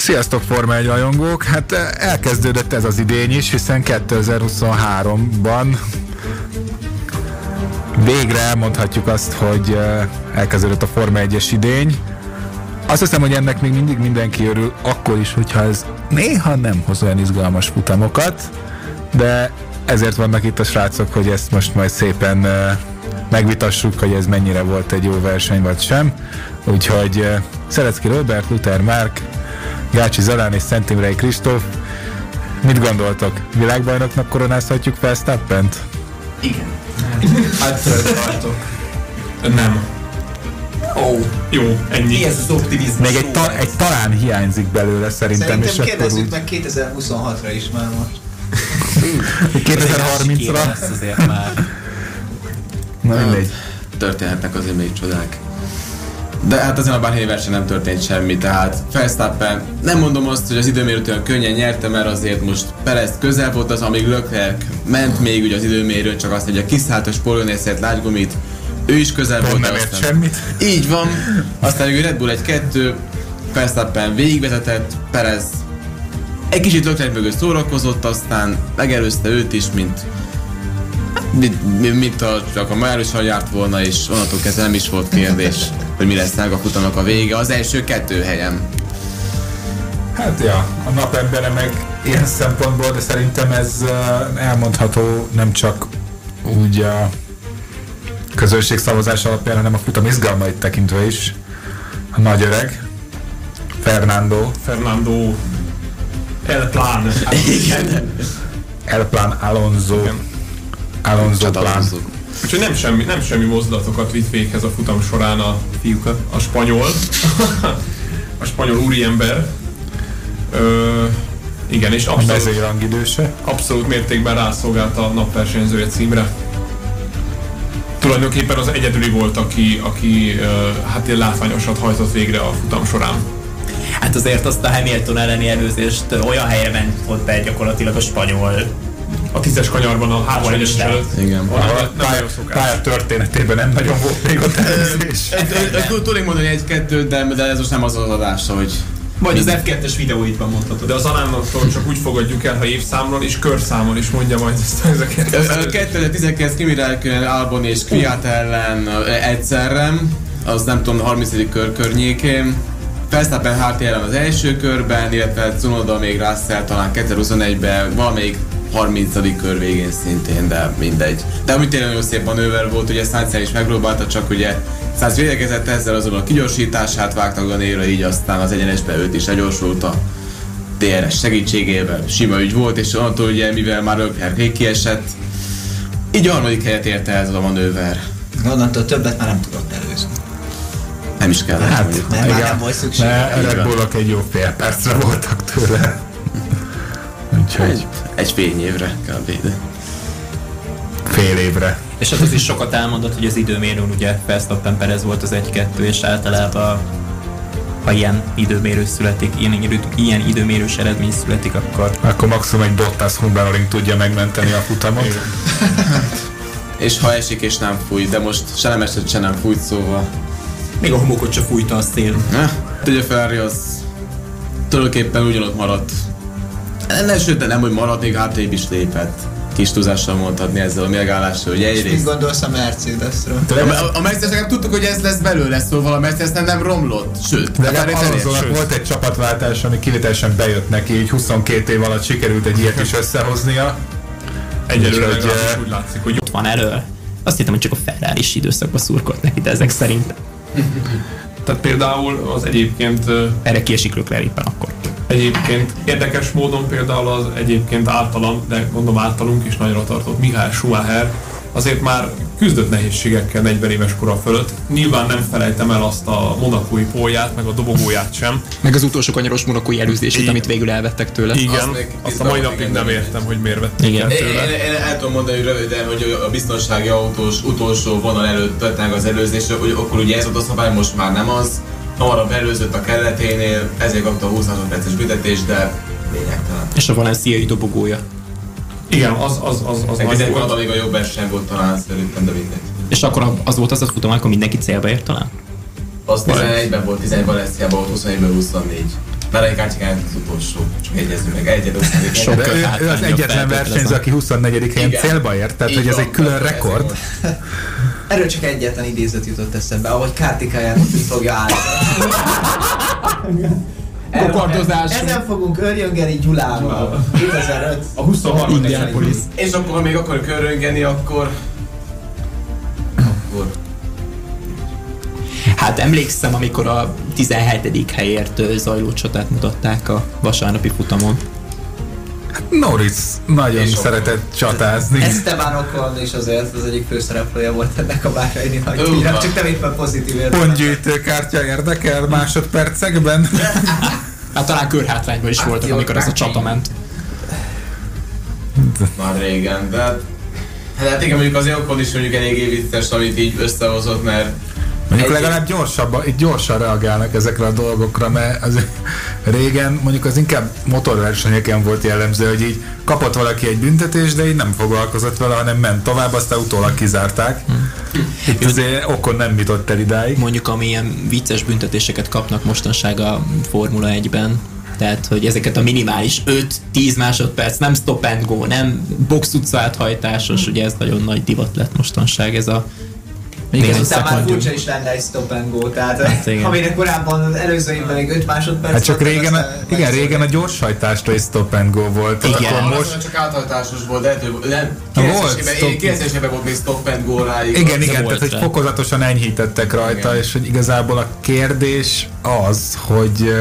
Sziasztok Forma 1 rajongók! Hát elkezdődött ez az idény is, hiszen 2023-ban végre elmondhatjuk azt, hogy elkezdődött a Forma 1-es idény. Azt hiszem, hogy ennek még mindig mindenki örül, akkor is, hogyha ez néha nem hoz olyan izgalmas futamokat, de ezért vannak itt a srácok, hogy ezt most majd szépen megvitassuk, hogy ez mennyire volt egy jó verseny, vagy sem. Úgyhogy Szelecki Róbert, Luther Márk, Gácsi Zalán és Szent Imrei Kristóf, mit gondoltok? Világbajnoknak koronázhatjuk Verstappent? Igen. Hát tartok. Nem. Jó, ennyi. Mi ez az optimizmus? Még egy talán hiányzik belőle szerintem. Szerintem kérdezzük meg 2026-ra is már most. 2030-ra? Lesz azért már. Na mindegy. Történhetnek azért még csodák. De hát ezen a Bahreini verseny nem történt semmi, tehát Verstappen, nem mondom azt, hogy az időmérőt olyan könnyen nyerte, mert azért most Perez közel volt az, amíg Leclerc ment még ugye az időmérőn, csak azt, hogy a kiszállt a spolyonészért lágygumit, ő is közel volt. Nem ért semmit. Így van, aztán még Red Bull 1-2, Verstappen végigvezetett, Perez egy kicsit Leclerc mögött szórakozott, aztán megelőzte őt is, mint csak a Márusan járt volna, és onnantól kezdve nem is volt kérdés, hogy mi lesz a futamnak a vége az első 2 helyen. Hát ja, a napembere meg ilyen szempontból, de szerintem ez elmondható nem csak úgy a közönségszavazás alapján, hanem a futam izgalmait tekintve is. A nagy öreg, Fernando El Plan. Igen. El Plan Alonso. Alonso Plan. Úgyhogy nem semmi mozdulatokat vitt véghez a futam során a spanyol. A spanyol úriember. Igen, és abszolút mértékben rászolgált a napversenyzője címre. Tulajdonképpen az egyedüli volt, aki hát ilyen látványosat hajtott végre a futam során. Hát azért azt a Hamilton elleni előzést olyan helyre ment be gyakorlatilag a spanyol. A 10-es kanyarban a hátsó egyenes előtt. Igen. A pálya történetében nem nagyon volt még ott előzés. Tudnék mondani 1-2, de ez most nem az az adása, hogy... Vagy az F2-es videóitban mondhatod. De az Alánnantól csak úgy fogadjuk el, ha évszámról és körszámon is mondja majd ezeket. 2019 Kimi Räikkönen, Albon és Kvyat ellen egyszerre, az nem tudom, 30. kör környékén. Verstappen Harty ellen az első körben, illetve Tsunoda még Russell talán 2021-ben valamelyik 30. kör végén szintén, de mindegy. De úgy tényleg nagyon szép manőver volt, ugye Sainz is megpróbálta, csak ugye Sainz védekezett ezzel, azonban a kigyorsítását vágta Ganéra, így aztán az egyenesbe őt is legyorsult a DRS segítségével. Sima ügy volt, és onnantól ugye, mivel már Leclerc kiesett, így a harmadik helyet érte ez a manőver. Onnantól többet már nem tudott előzni. Nem is kell. Hát, mert már nem volt szükség. Red Bullok egy jó fél percre voltak tőle. Úgyhogy egy fél évre kb. Fél évre. És hát az is sokat elmondott, hogy az időmérőn ugye Verstappen Perez volt az 1-2, és általában ha ilyen időmérő születik, ilyen időmérős eredmény születik, akkor maximum egy Bottas Hungaroring tudja megmenteni a futamot. És ha esik és nem fúj, de most se nem esett, se nem fújt, szóval... Még a homokot se fújta a szél. Ugye Ferrari az tulajdonképpen ugyanott maradt. Sőt, nem, hogy maradt, még hátrébb is lépett. Kis túlzással mondhatni ezzel a megállással, hogy egyrészt... Mit gondolsz a Mercedesről? A Mercedesnek tudtuk, hogy ez lesz belőle, szóval a Mercedes nem romlott, sőt. De Alonsonak volt egy csapatváltás, ami kivételesen bejött neki, így 22 év alatt sikerült egy ilyet is összehoznia. Egyelőre legalábbis úgy látszik, hogy ott van elől. Azt hittem, hogy csak a Ferrari-s időszakban szurkolt neki, de ezek szerint. Tehát például az egyébként... Erre kiesik Leclerc éppen akkor. Egyébként érdekes módon például az egyébként általam, de mondom általunk is nagyra tartott Michael Schumacher azért már küzdött nehézségekkel 40 éves kora fölött. Nyilván nem felejtem el azt a monakói pólját, meg a dobogóját sem. Meg az utolsó kanyaros monakói előzését, amit végül elvettek tőle. Igen, azt a mai napig nem értem, hogy miért vették el tőle. Én el tudom mondani röviden, hogy a biztonsági autós utolsó vonal előtt történnek az előzésre, hogy akkor ugye ez volt a szabály, most már nem az. Hamarabb előzött a kelleténél, ezért kapta a 20 perces büntetést, de lényegtelen. És a valenciai dobogója. Igen, az nagy volt. Még a jobb verseny volt talán szerintem, de mindegy. És akkor az volt az a futam, amikor mindenki célba ért talán? Az 11-ben volt, 11 Valenciában volt, 21-ben 24. Bele Kártyány az utolsó, csak egyezzünk meg, egyedül. De ő az egyetlen versenyző, aki 24. helyen célba ért, tehát hogy ez egy külön rekord. Erről csak egyetlen idézet jutott eszembe, ahogy Kártikáján ki fogja állítani. Kokardozás. Ezen fogunk Örjöngeni Gyulával. 2005. A 23. Indianapolis. És akkor, ha még akarok köröngeni, akkor... Hát emlékszem, amikor a 17. helyért zajló csatát mutatták a vasárnapi futamon. Norris nagyon És szeretett csatázni. Esteban Ocon is azért az egyik főszereplője volt ennek a Bahreini nagydíjnak, csak nem éppen pozitív értelemben. Pontgyűjtőkártya érdekel másodpercekben? Hát talán körhátrányban is voltak, amikor ez a csata ment. Már régen, de... Hát igen, mondjuk azért Ocon is mondjuk eléggé vicces, amit így összehozott, mert... Mondjuk legalább gyorsan reagálnak ezekre a dolgokra, mert az régen mondjuk az inkább motorversenyeken volt jellemző, hogy így kapott valaki egy büntetést, de így nem foglalkozott vele, hanem ment tovább, aztán utólag kizárták. Itt azért Ocon nem jutott el idáig. Mondjuk amilyen vicces büntetéseket kapnak mostanság a Formula 1-ben, tehát, hogy ezeket a minimális 5-10 másodperc, nem stop and go, nem box utca áthajtásos, ugye ez nagyon nagy divat lett mostanság, ez a Aztán már furcsa is lenne egy stop and go, tehát hát amire korábban az előző évben még 5 másodperc. Hát csak régen a gyorshajtásra is stop and go volt. Igen, akkor most csak áthajtásos volt, de nem. 90-esében volt még stop and go ráig. Igen, tehát hogy fokozatosan enyhítettek rajta, és hogy igazából a kérdés az, hogy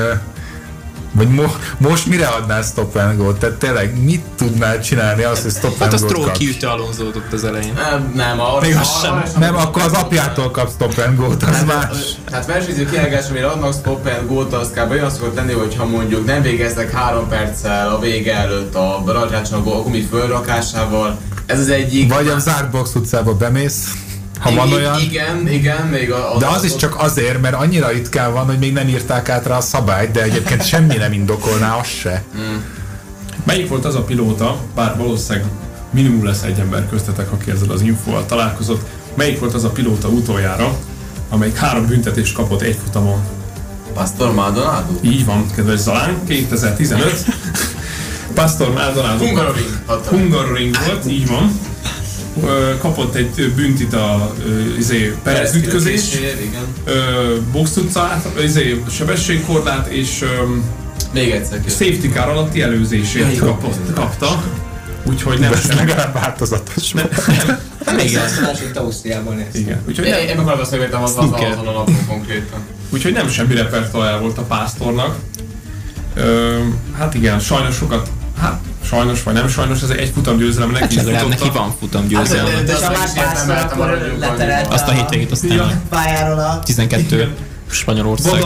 most mire adnál stop and go-t? Tehát tényleg mit tudnál csinálni azt, hogy stop and go-t kapsz? Hát a Stroll kiütte Alonzót ott az elején. Nem, akkor az apjától kap stop and go-t, az más. Tehát versenyző kiállítás, amire adnak stop and go-t, az kb. Olyan szokott lenni, hogyha mondjuk nem végeznek 3 perccel a vége előtt a rajtrácson a gumi fölrakásával. Ez az egyik. Vagy a zárt box utcába bemész. Ha van olyan. Igen, még de az is csak azért, mert annyira ritkán van, hogy még nem írták át rá a szabályt, de egyébként semmi nem indokolná, az se. Melyik volt az a pilóta, bár valószínűleg minimum lesz egy ember köztetek, aki ezzel az infóval találkozott, melyik volt az a pilóta utoljára, amelyik 3 büntetést kapott egy futamon? Pastor Maldonado? Így van, kedves Zalán, 2015. Pastor Maldonado. Hungaroring volt, így van. Kapott egy büntit a Perez ütközés, box utcát, sebességkorlát és még egyszer safety car alatti előzését kapta. Úgyhogy nem ez legalább változatos. Igen, azt itt Ausztriában néz. Igen. Én meg azt megértem azon a napon konkrétan. Úgyhogy nem semmi repertoár volt a Pásztornak. Hát igen, sajnos sokat, sajnos vagy nem sajnos, ez egy futamgyőzelemnek hát is futotta. Neki van futamgyőzelem. De a Pásztor akkor leterelt azt a hétvégét aztán pályáról a 12 Spanyolország.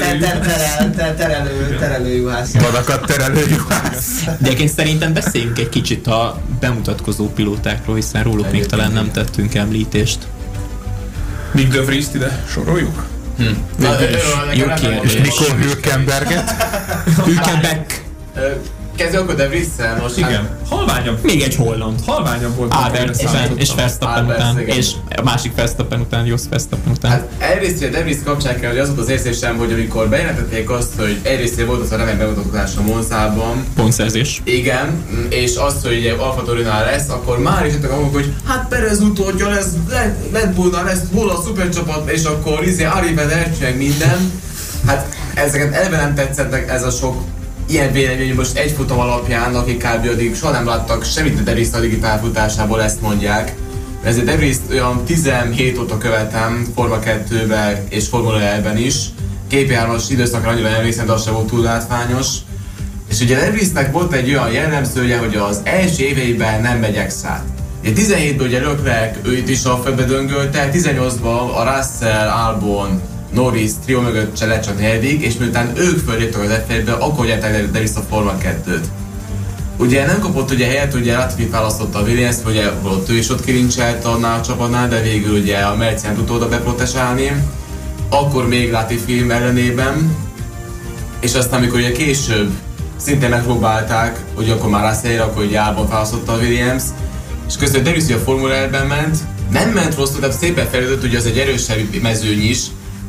Terelő juhász. Vadakat terelő juhász. De egyébként szerintem beszéljünk egy kicsit a bemutatkozó pilótákról, hiszen róluk még talán nem tettünk említést. Nick de Vriest ide soroljuk? Jó kérdés. És Nico Hülkenberget? Hülkenberg. Kezdjük akkor de Vriesszel most. Igen. Halványabb. Még egy holland. Halványabb volt. Albert és Verstappen után. És a másik Verstappen után, Jos Verstappen után. Hát egyrészt, hogy a De Vries kapcsán kell, hogy az volt az érzésem, hogy amikor bejelentették azt, hogy egyrészt volt az a remek bemutatkozás a Monzában. Pontszerzés. Igen, és azt, hogy Alfa Taurinál lesz, akkor már is jöttek a hogy hát Perez utódja lesz, Red Bullnál lesz, hol a szupercsapat, és akkor Arrivederci meg minden. Hát ezeket eleve nem tetszettek, ez a sok ilyen vélemény, hogy most egy futam alapján, akik kb. Addig soha nem láttak semmit a De Vries a pályafutásából, ezt mondják. Ezért De Vries olyan 17 óta követem Forma 2-ben és Formula 1-ben is. GP3-as időszakra annyira emlékszem, de az sem volt túl látványos. És ugye De Vriesnek volt egy olyan jellemzője, hogy az első éveiben nem megy extrát. 17-ből ugye Leclerc őt is a földbe döngölte, 18-ban a Russell, Albon, Norris trió mögött se lett csak 4. és miután ők föléptek az F1-be, akkor gyertek De Vries a Forma 2-t. Ugye nem kapott ugye helyet, ugye Latifi választotta a Williams-t, ugye ott ő is ott kilincselt annál a csapatnál, de végül ugye a Merci nem tudta oda beprotestálni. Akkor még Latifi ellenében, és aztán amikor ugye később szintén megpróbálták, hogy akkor már Russell, akkor ugye Albon választotta a Williams, és közben De Vries ugye a Formula 1-ben ment, nem ment rosszul, tehát szépen fejlődött, ugye az egy erősebb mezőny is,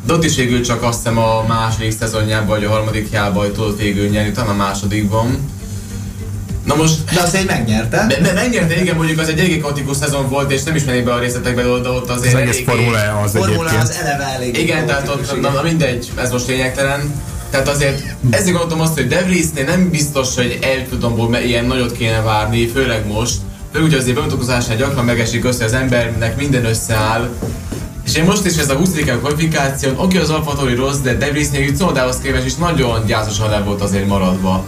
De ott is végül csak azt hiszem a második szezonjában, vagy a harmadikjában tudott végül nyerni, talán a másodikban. Na most... De azért megnyerte. Megnyerte, igen, mondjuk az egy eléggé kaotikus szezon volt, és nem is mennék be a részletekbe, de ott azért az egész Formula az egyébként. Az eleve elég. Igen, tehát ott, na mindegy, ez most lényegtelen. Tehát azért ezért gondoltam azt, hogy De Vriesnél nem biztos, hogy El-Futamból ilyen nagyot kéne várni, főleg most. Főleg, hogy azért bemutatkozásnál gyakran megesik össze az embernek, minden összeáll. És én most is ez a 20. kvalifikáción, oké, az Alfa Tauri rossz, de De Vriesnél Cunodához képest is nagyon gyászosan le volt azért maradva.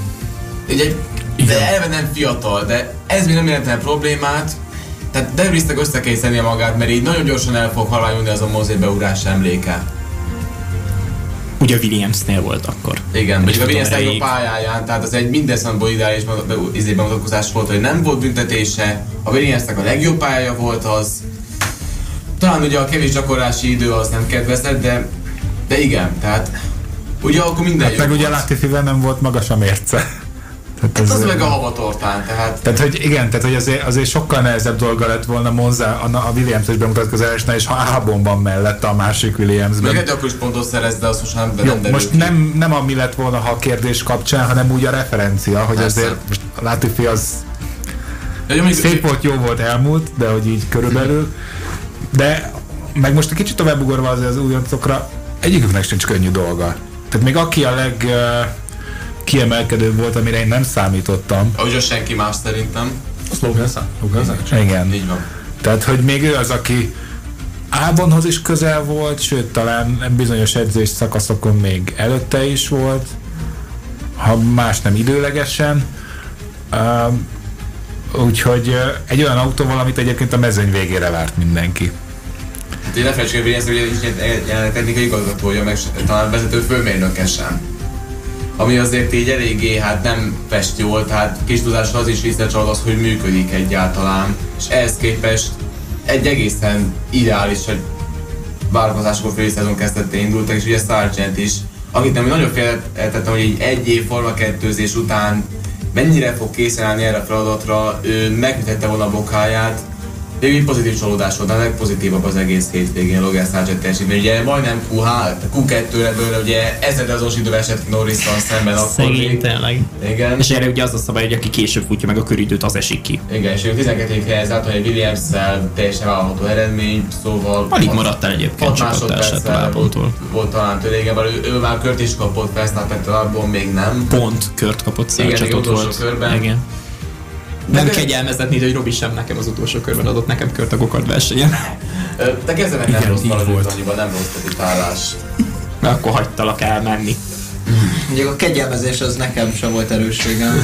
De eleve nem fiatal, de ez még nem jelentene problémát. Tehát De Vriesnek össze kell szednie magát, mert így nagyon gyorsan el fog halványulni az a mozébeugrása emléke. Ugye a Williamsnél volt akkor. Igen, vagy a Williams legjobb pályáján, tehát az egy minden szempontból ideális bemutatkozás volt, hogy nem volt büntetése, a Williamsnek a legjobb pályája volt az. Talán ugye a kevés gyakorlási idő az nem kedvezett, de igen, tehát ugye akkor minden jó meg volt. ugye Latifivel nem volt magas a mérce. Hát az meg a havatortán, tehát hogy igen, tehát hogy azért sokkal nehezebb dolga lett volna Monza a Williams-es bemutatkozásnál, és ha Albon van mellette a másik Williamsben. Meg akkor is pontot szerez, de azt most nem derül most nem ami lett volna, ha a kérdés kapcsán, hanem úgy a referencia, hogy persze. Azért most a Latifi az szép volt, jó volt, elmúlt, de hogy így körülbelül. De meg most egy kicsit tovább ugorva az újoncokra, egyiküknek sincs könnyű dolga. Tehát még aki a kiemelkedő volt, amire én nem számítottam. Ahogy a senki más szerintem. A Logan. Igen. Így van. Tehát, hogy még ő az, aki Albonhoz is közel volt, sőt, talán bizonyos edzés szakaszokon még előtte is volt, ha más nem időlegesen. Úgyhogy egy olyan autóval, amit egyébként a mezőny végére várt mindenki. Hát én ne felejtsük, hogy ez ugye egy technikai igazgatója, meg talán vezető főmérnöke sem. Ami azért így eléggé nem fest jól, tehát kis tudásra az is visszacsal az, hogy működik egyáltalán. És ehhez képest egy egészen ideális, hogy várakozásokor fél szezon kezdetén indultak, és ugye Sargent is, akit nem nagyon féltettem, hogy egy év Forma 2-zés után mennyire fog készen állni erre a feladatra, ő megütette volna a bokáját. Végül egy pozitív csalódás volt, a legpozitívabb az egész hétvégén Logan Sargent teljesítmény. Ugye majdnem Q2-re bőle, ugye ezzel azon idővel esett ki Norrisszal szemben akkor. Szegény tényleg. Igen. És erre ugye az a szabály, hogy aki később futja meg a köridőt, az esik ki. Igen, és ő 12. helyez át, hogy egy Williams-szel teljesen vállalható eredmény, szóval... Alig maradt el egyébként csapattársa a Albontól. Volt talán tőle, ő már kört is kapott, Verstappen-től Albon még nem. Pont kört kapott Sargentot volt. Körben. Igen. Nem kegyelmezetni, hogy Robi sem nekem az utolsó körben adott nekem kört a gokart versenyen. Te kezdenek nem rossz maradott annyiban, nem rossz titulálás. Mert akkor hagytalak elmenni. Ugye a kegyelmezés az nekem sem volt erősségem.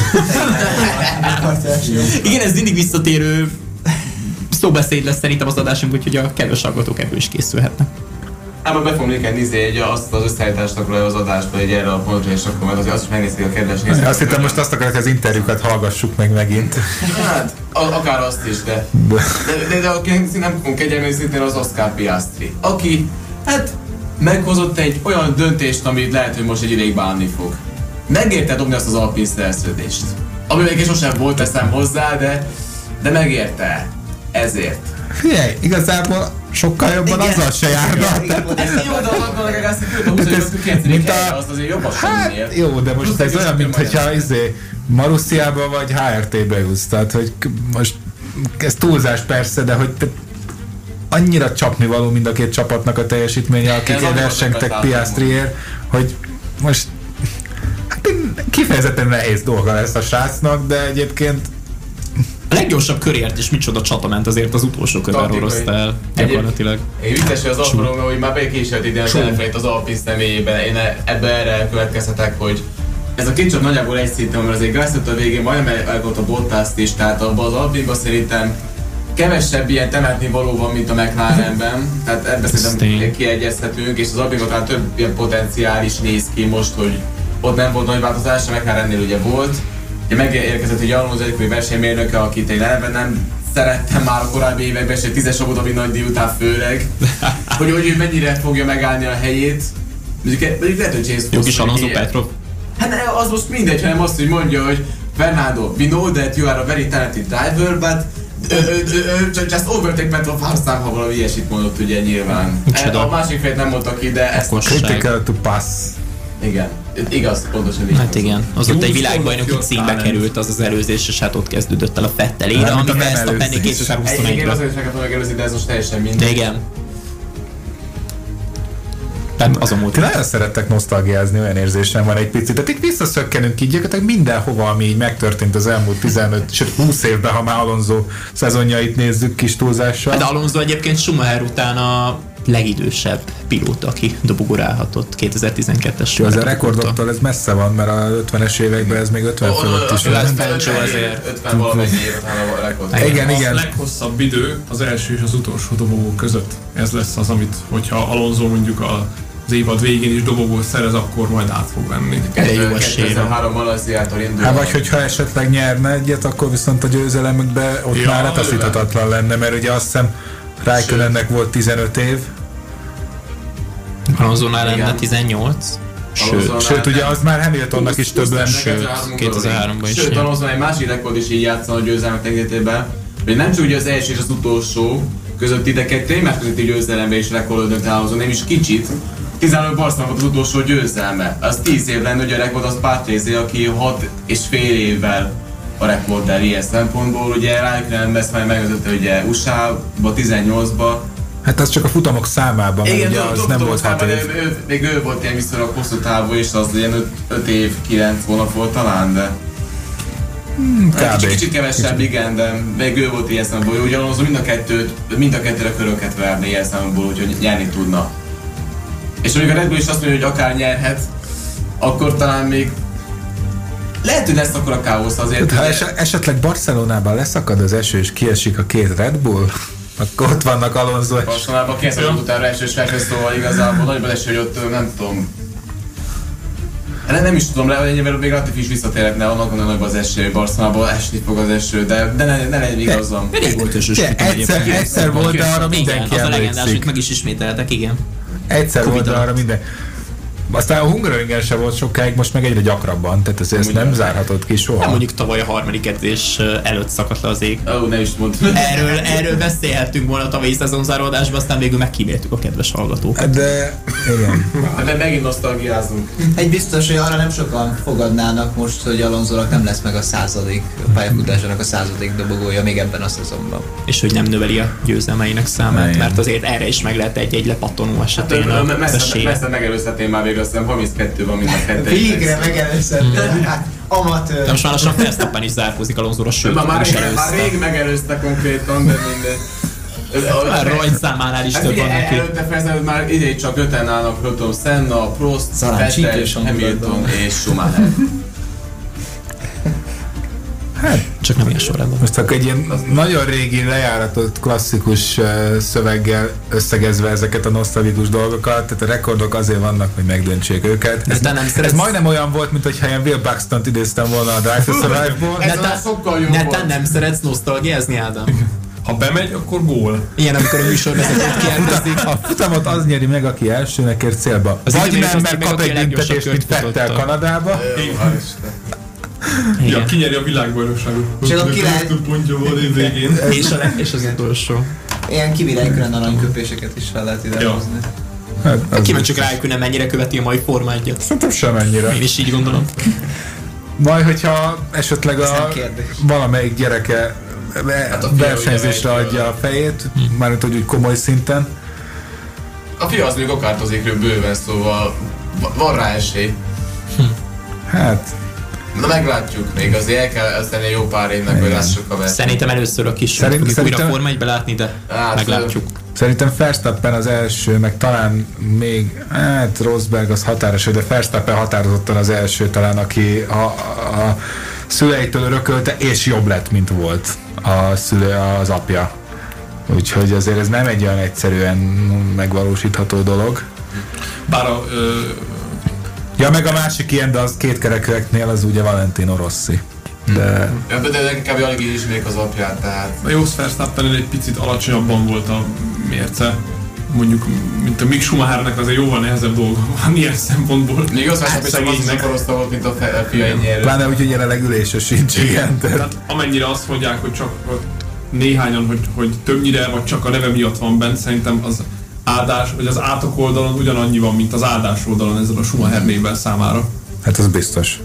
Igen, ez mindig visszatérő szóbeszéd lesz szerintem az adásunk, úgyhogy a kedves hallgatók ebből is készülhetnek. Ám be fogom nézni azt az összeállítást akkor az adásba, hogy erre a pontra, és akkor majd azt is megnézték a kedves nézők. Azt hittem most azt akarod, hogy az interjúkat hallgassuk meg megint. Hát, akár azt is, de aki nem fogunk kegyelmezni szintén az Oscar Piastri, aki meghozott egy olyan döntést, amit lehet, hogy most egy ideig bánni fog. Megérte dobni azt az Alpine szerződést. Ami még sosem volt eszem hozzá, de megérte. Ezért. Figyelj, igazából sokkal jobban azzal se járna. Ez jó, de annak legalább a 29. helyre, azt azért jobban semmiért. Jó, de most ez olyan, mintha Marussiába vagy HRT-be jussz. Tehát, hogy most ez túlzás persze, de hogy annyira csapnivaló mind a két csapatnak a teljesítménye, akik versengtek Piastriért, hogy most kifejezetten nehéz dolga lesz a srácnak, de egyébként a leggyorsabb körért is micsoda csata ment azért az utolsó körben rorozta el gyakorlatilag. Én vicces, hogy az Alfa Romeo, hogy már bekéselt ide az elfelejt az Alpine személyében. Én erre elkövetkezhetek, hogy ez a két csapat nagyjából egy szinten, mert azért Gasly-t a végén majdnem elgott a Bottaszt is, tehát abban az Alpine-ban szerintem kevesebb ilyen temetni való van, mint a McLarenben, tehát ebben szerintem kiegyezhetünk, és az Alpine-ban talán több ilyen potenciál is néz ki most, hogy ott nem volt nagy változás, a McLarennél ugye volt. Megérkezett egy Alonso egyik versenymérnöke, akit én eleve nem szerettem már a korábbi években, és egy 10-es Abu Dhabi nagy díj után főleg, hogy ő mennyire fogja megállni a helyét. Mondjuk lehet, hogy James jó kis Alonso Petrov. Hát az most mindegy, hanem azt, hogy mondja, hogy Fernando, we know that you are a very talented driver, but Just overtake Petrov aztán, ha valami ilyesmit mondott ugye nyilván. A másik félt nem mondta ki, de ezt... Critical to pass. Igen, igaz, pontosan így. Hát igen, az ott egy világbajnoki címbe került az előzés, és hát ott kezdődött el a Vettel éra, ami Verstappené 2021-ben. Igen, azért is meg tudom megelőzni, de ez most teljesen mindegy. Igen. Azon múlt. Ti nagyon szerettek nosztalgiázni, olyan érzésem van egy picit. Tehát itt visszaszökkenünk így gyakorlatilag mindenhova, ami így megtörtént az elmúlt 15, sőt 20 évben, ha már Alonso szezonjait nézzük kis túlzással. De Alonso egyébként Schumacher után a legidősebb pilóta, aki dobogorálhatott 2012-es. Az a rekordoktól ez messze van, mert a 50-es években ez még 50 fölött is van. azért 50 valamennyi évet a rekord. Igen. A leghosszabb idő az első és az utolsó dobogó között. Ez lesz az, amit, hogyha Alonso mondjuk az évad végén is dobogót szerez, akkor majd át fog venni. 2003 Malajziától indul. Hát vagy hogyha esetleg nyerne egyet, akkor viszont a győzelemükben ott már letaszíthatatlan lenne, mert ugye azt hiszem Raikkonennek volt 15 év. Alonso-nál lenne 18. Sőt, ugye az már Hamiltonnak is több lenne. Sőt, 2003-ban is. Sőt, Alonso egy másik rekord is így játszana a győzelmek tekintetében, hogy nem csak ugye az első és az utolsó között ide egymás közötti győzelembe is rekordodott Alonso, nem is kicsit. Kizárólag Barcelona volt az utolsó győzelme. Az 10 év lenne, ugye a rekord az Patrese, aki 6,5 évvel a rekorder ilyen szempontból. Ugye Raikkonen ezt már megvezetett ugye USA-ba, 18-ba. Hát az csak a futamok számában, igen, ugye az nem volt 6 év. Még ő volt ilyen viszonylag hosszú távú, és az ilyen 5 év, 9 hónap volt talán, de... Kicsit kevesebb, igen, de még ő volt ilyen szempontból. Ugye Alonso mind a kettőre köröket verni ilyen szempontból, úgyhogy nyerni tudna. És amikor a Red Bull is azt mondja, hogy akár nyerhet, akkor talán még lehet, hogy lesz akkor a káosz azért. Ha esetleg Barcelonában leszakad az eső és kiesik a két Red Bull, akkor ott vannak Alonso és... Barcelonában kieszakad utána esős verseny, szóval igazából nagyobb eső, hogy ott nem tudom. Nem is tudom, hogy ennyivel még Latifi is visszatérhetne, annak olyan nagyban az eső, Barcelonában esni fog az eső, de ne legyen igazam. Egyszer volt, de arra mindenki emlékszik. Az a legendás, hogy meg is ismételtek, igen. Egyszer volt, de arra minden. Aztán a Hungaroringen se volt sokáig, most meg egyre gyakrabban, tehát ezt nem zárhatod ki soha. Nem, mondjuk tavaly a harmadik edzés előtt szakadt le az ég. Ne is mondd. Erről beszélhettünk volna a tavalyi szezonzáródásban, aztán végül megkíméltük a kedves hallgatókat. De igen. De megint nosztalgiázunk. Egy biztos, hogy arra nem sokan fogadnának most, hogy Alonsonak nem lesz meg a pályafutásának a 100. dobogója még ebben a szezonban. És hogy nem növeli a győzelmeinek számát, mert azért erre is meg lehet egy lepattanó esetén az esélye. Messze megelőzhetném már végül, azt hiszem 32 van mind a kettő. Végre megelőzhettem. Hát amatőr. De most már lassan Verstappen is zárkózik Alonsóra, sőt, már rég megelőzte konkrétan, de mindegy. Már rajtszámánál is több van neki. Előtte Verstappen már idén csak 5-en állnak, rögtön Senna, Prost, Vettel, Hamilton és Schumacher. Hát, csak nem ilyen sorrendben. Most akkor egy ilyen nagyon régi lejáratott klasszikus szöveggel összegezve ezeket a nosztalgikus dolgokat, tehát a rekordok azért vannak, hogy megdöntsék őket. Ez majdnem olyan volt, mint hogyha ilyen Will Buxton-t idéztem volna a Drive to Survive-ból. Netán nem szeretsz nosztalgiázni, Ádám? Ha bemegy, akkor gól. Ilyen, amikor a műsorvezetőt kijelzik. A futamot az nyeri meg, aki elsőnek ér célba. Vagy nem, mert kap egy büntetést, mint Vettel Kanadába. Ja, kinyeri a világbajnokságot. Csak a király... pontja volt év végén. És az utolsó. Ilyen kivirágkörön aranyköpéseket is fel lehet ide hozni. Hát, kíváncsiak rá, hogy nem mennyire követi a mai Forma 1-et. Szerintem sem ennyire. Én is így gondolom. Majd, hogyha esetleg valamelyik gyereke versenyzésre adja a fejét, mármint hogy úgy komoly szinten. A fia az még okártozik bőven, szóval van rá esély. Hát... Na meglátjuk, még azért el kell tenni jó pár évnek, hogy lássuk a versenyt. Szerintem először a kis fogjuk újra Forma 1-be látni, de meglátjuk. Szerintem Verstappen az első, meg talán még, Rosberg az határos, de Verstappen határozottan az első talán, aki a szüleitől örökölte, és jobb lett, mint volt az apja. Úgyhogy azért ez nem egy olyan egyszerűen megvalósítható dolog. Bár ja, meg a másik ilyen, de az kétkerekűeknél az ugye Valentino Rossi. De inkább alig ismerik az apját, tehát... A Jos Verstappen egy picit alacsonyabban volt a mérce. Mondjuk, mint a Mick Schumachernek azért jóval nehezebb dolga van ilyen szempontból. Még az Verstappen is szakoroszta volt, mint a fiai nyerő. Pláne úgy, hogy jelenleg ülése sincs, igen. Tehát amennyire azt mondják, hogy csak néhányan, hogy többnyire vagy csak a neve miatt van bent, szerintem az áldás, vagy az átok oldalon ugyanannyi van, mint az áldás oldalon ezzel a Schumacher névvel számára. Hát az biztos.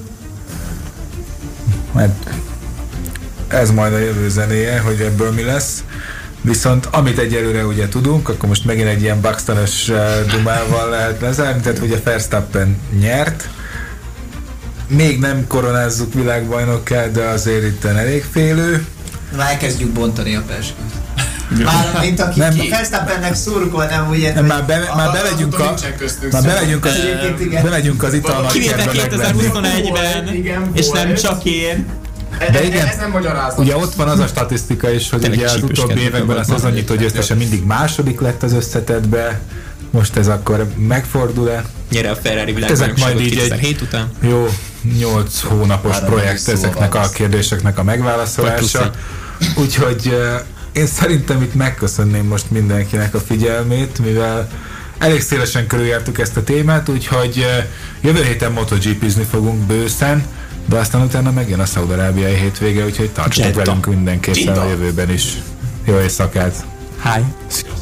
Mert ez majd a jövő zenéje, hogy ebből mi lesz. Viszont amit egyelőre ugye tudunk, akkor most megint egy ilyen Buxton-ös dumával lehet lezárni, tehát ugye Verstappen nyert. Még nem koronázzuk világbajnokká, de azért itt elég félő. Már elkezdjük bontani a peskőt. Már mint aki a Verstappennek szurkol, nem ugye? Bemegyünk az italnagkerbe. Kivétel 2021-ben, és nem csak én. De igen, ez nem magyarázat. ugye ott van az a statisztika is, hogy ugye az utóbbi években a szezonnyitó győztese mindig második lett az összetettbe, most ez akkor megfordul-e? Nyere a Ferrari világbajnokságot 2007 után. Jó, 8 hónapos projekt ezeknek a kérdéseknek a megválaszolása. Úgyhogy én szerintem itt megköszönném most mindenkinek a figyelmét, mivel elég szélesen körüljártuk ezt a témát, úgyhogy jövő héten MotoGP-zni fogunk bőszen, de aztán utána megjön a Szaúd-arábiai hétvége, úgyhogy tartsatok velünk mindenképpen a jövőben is. Jó éjszakát! Hi!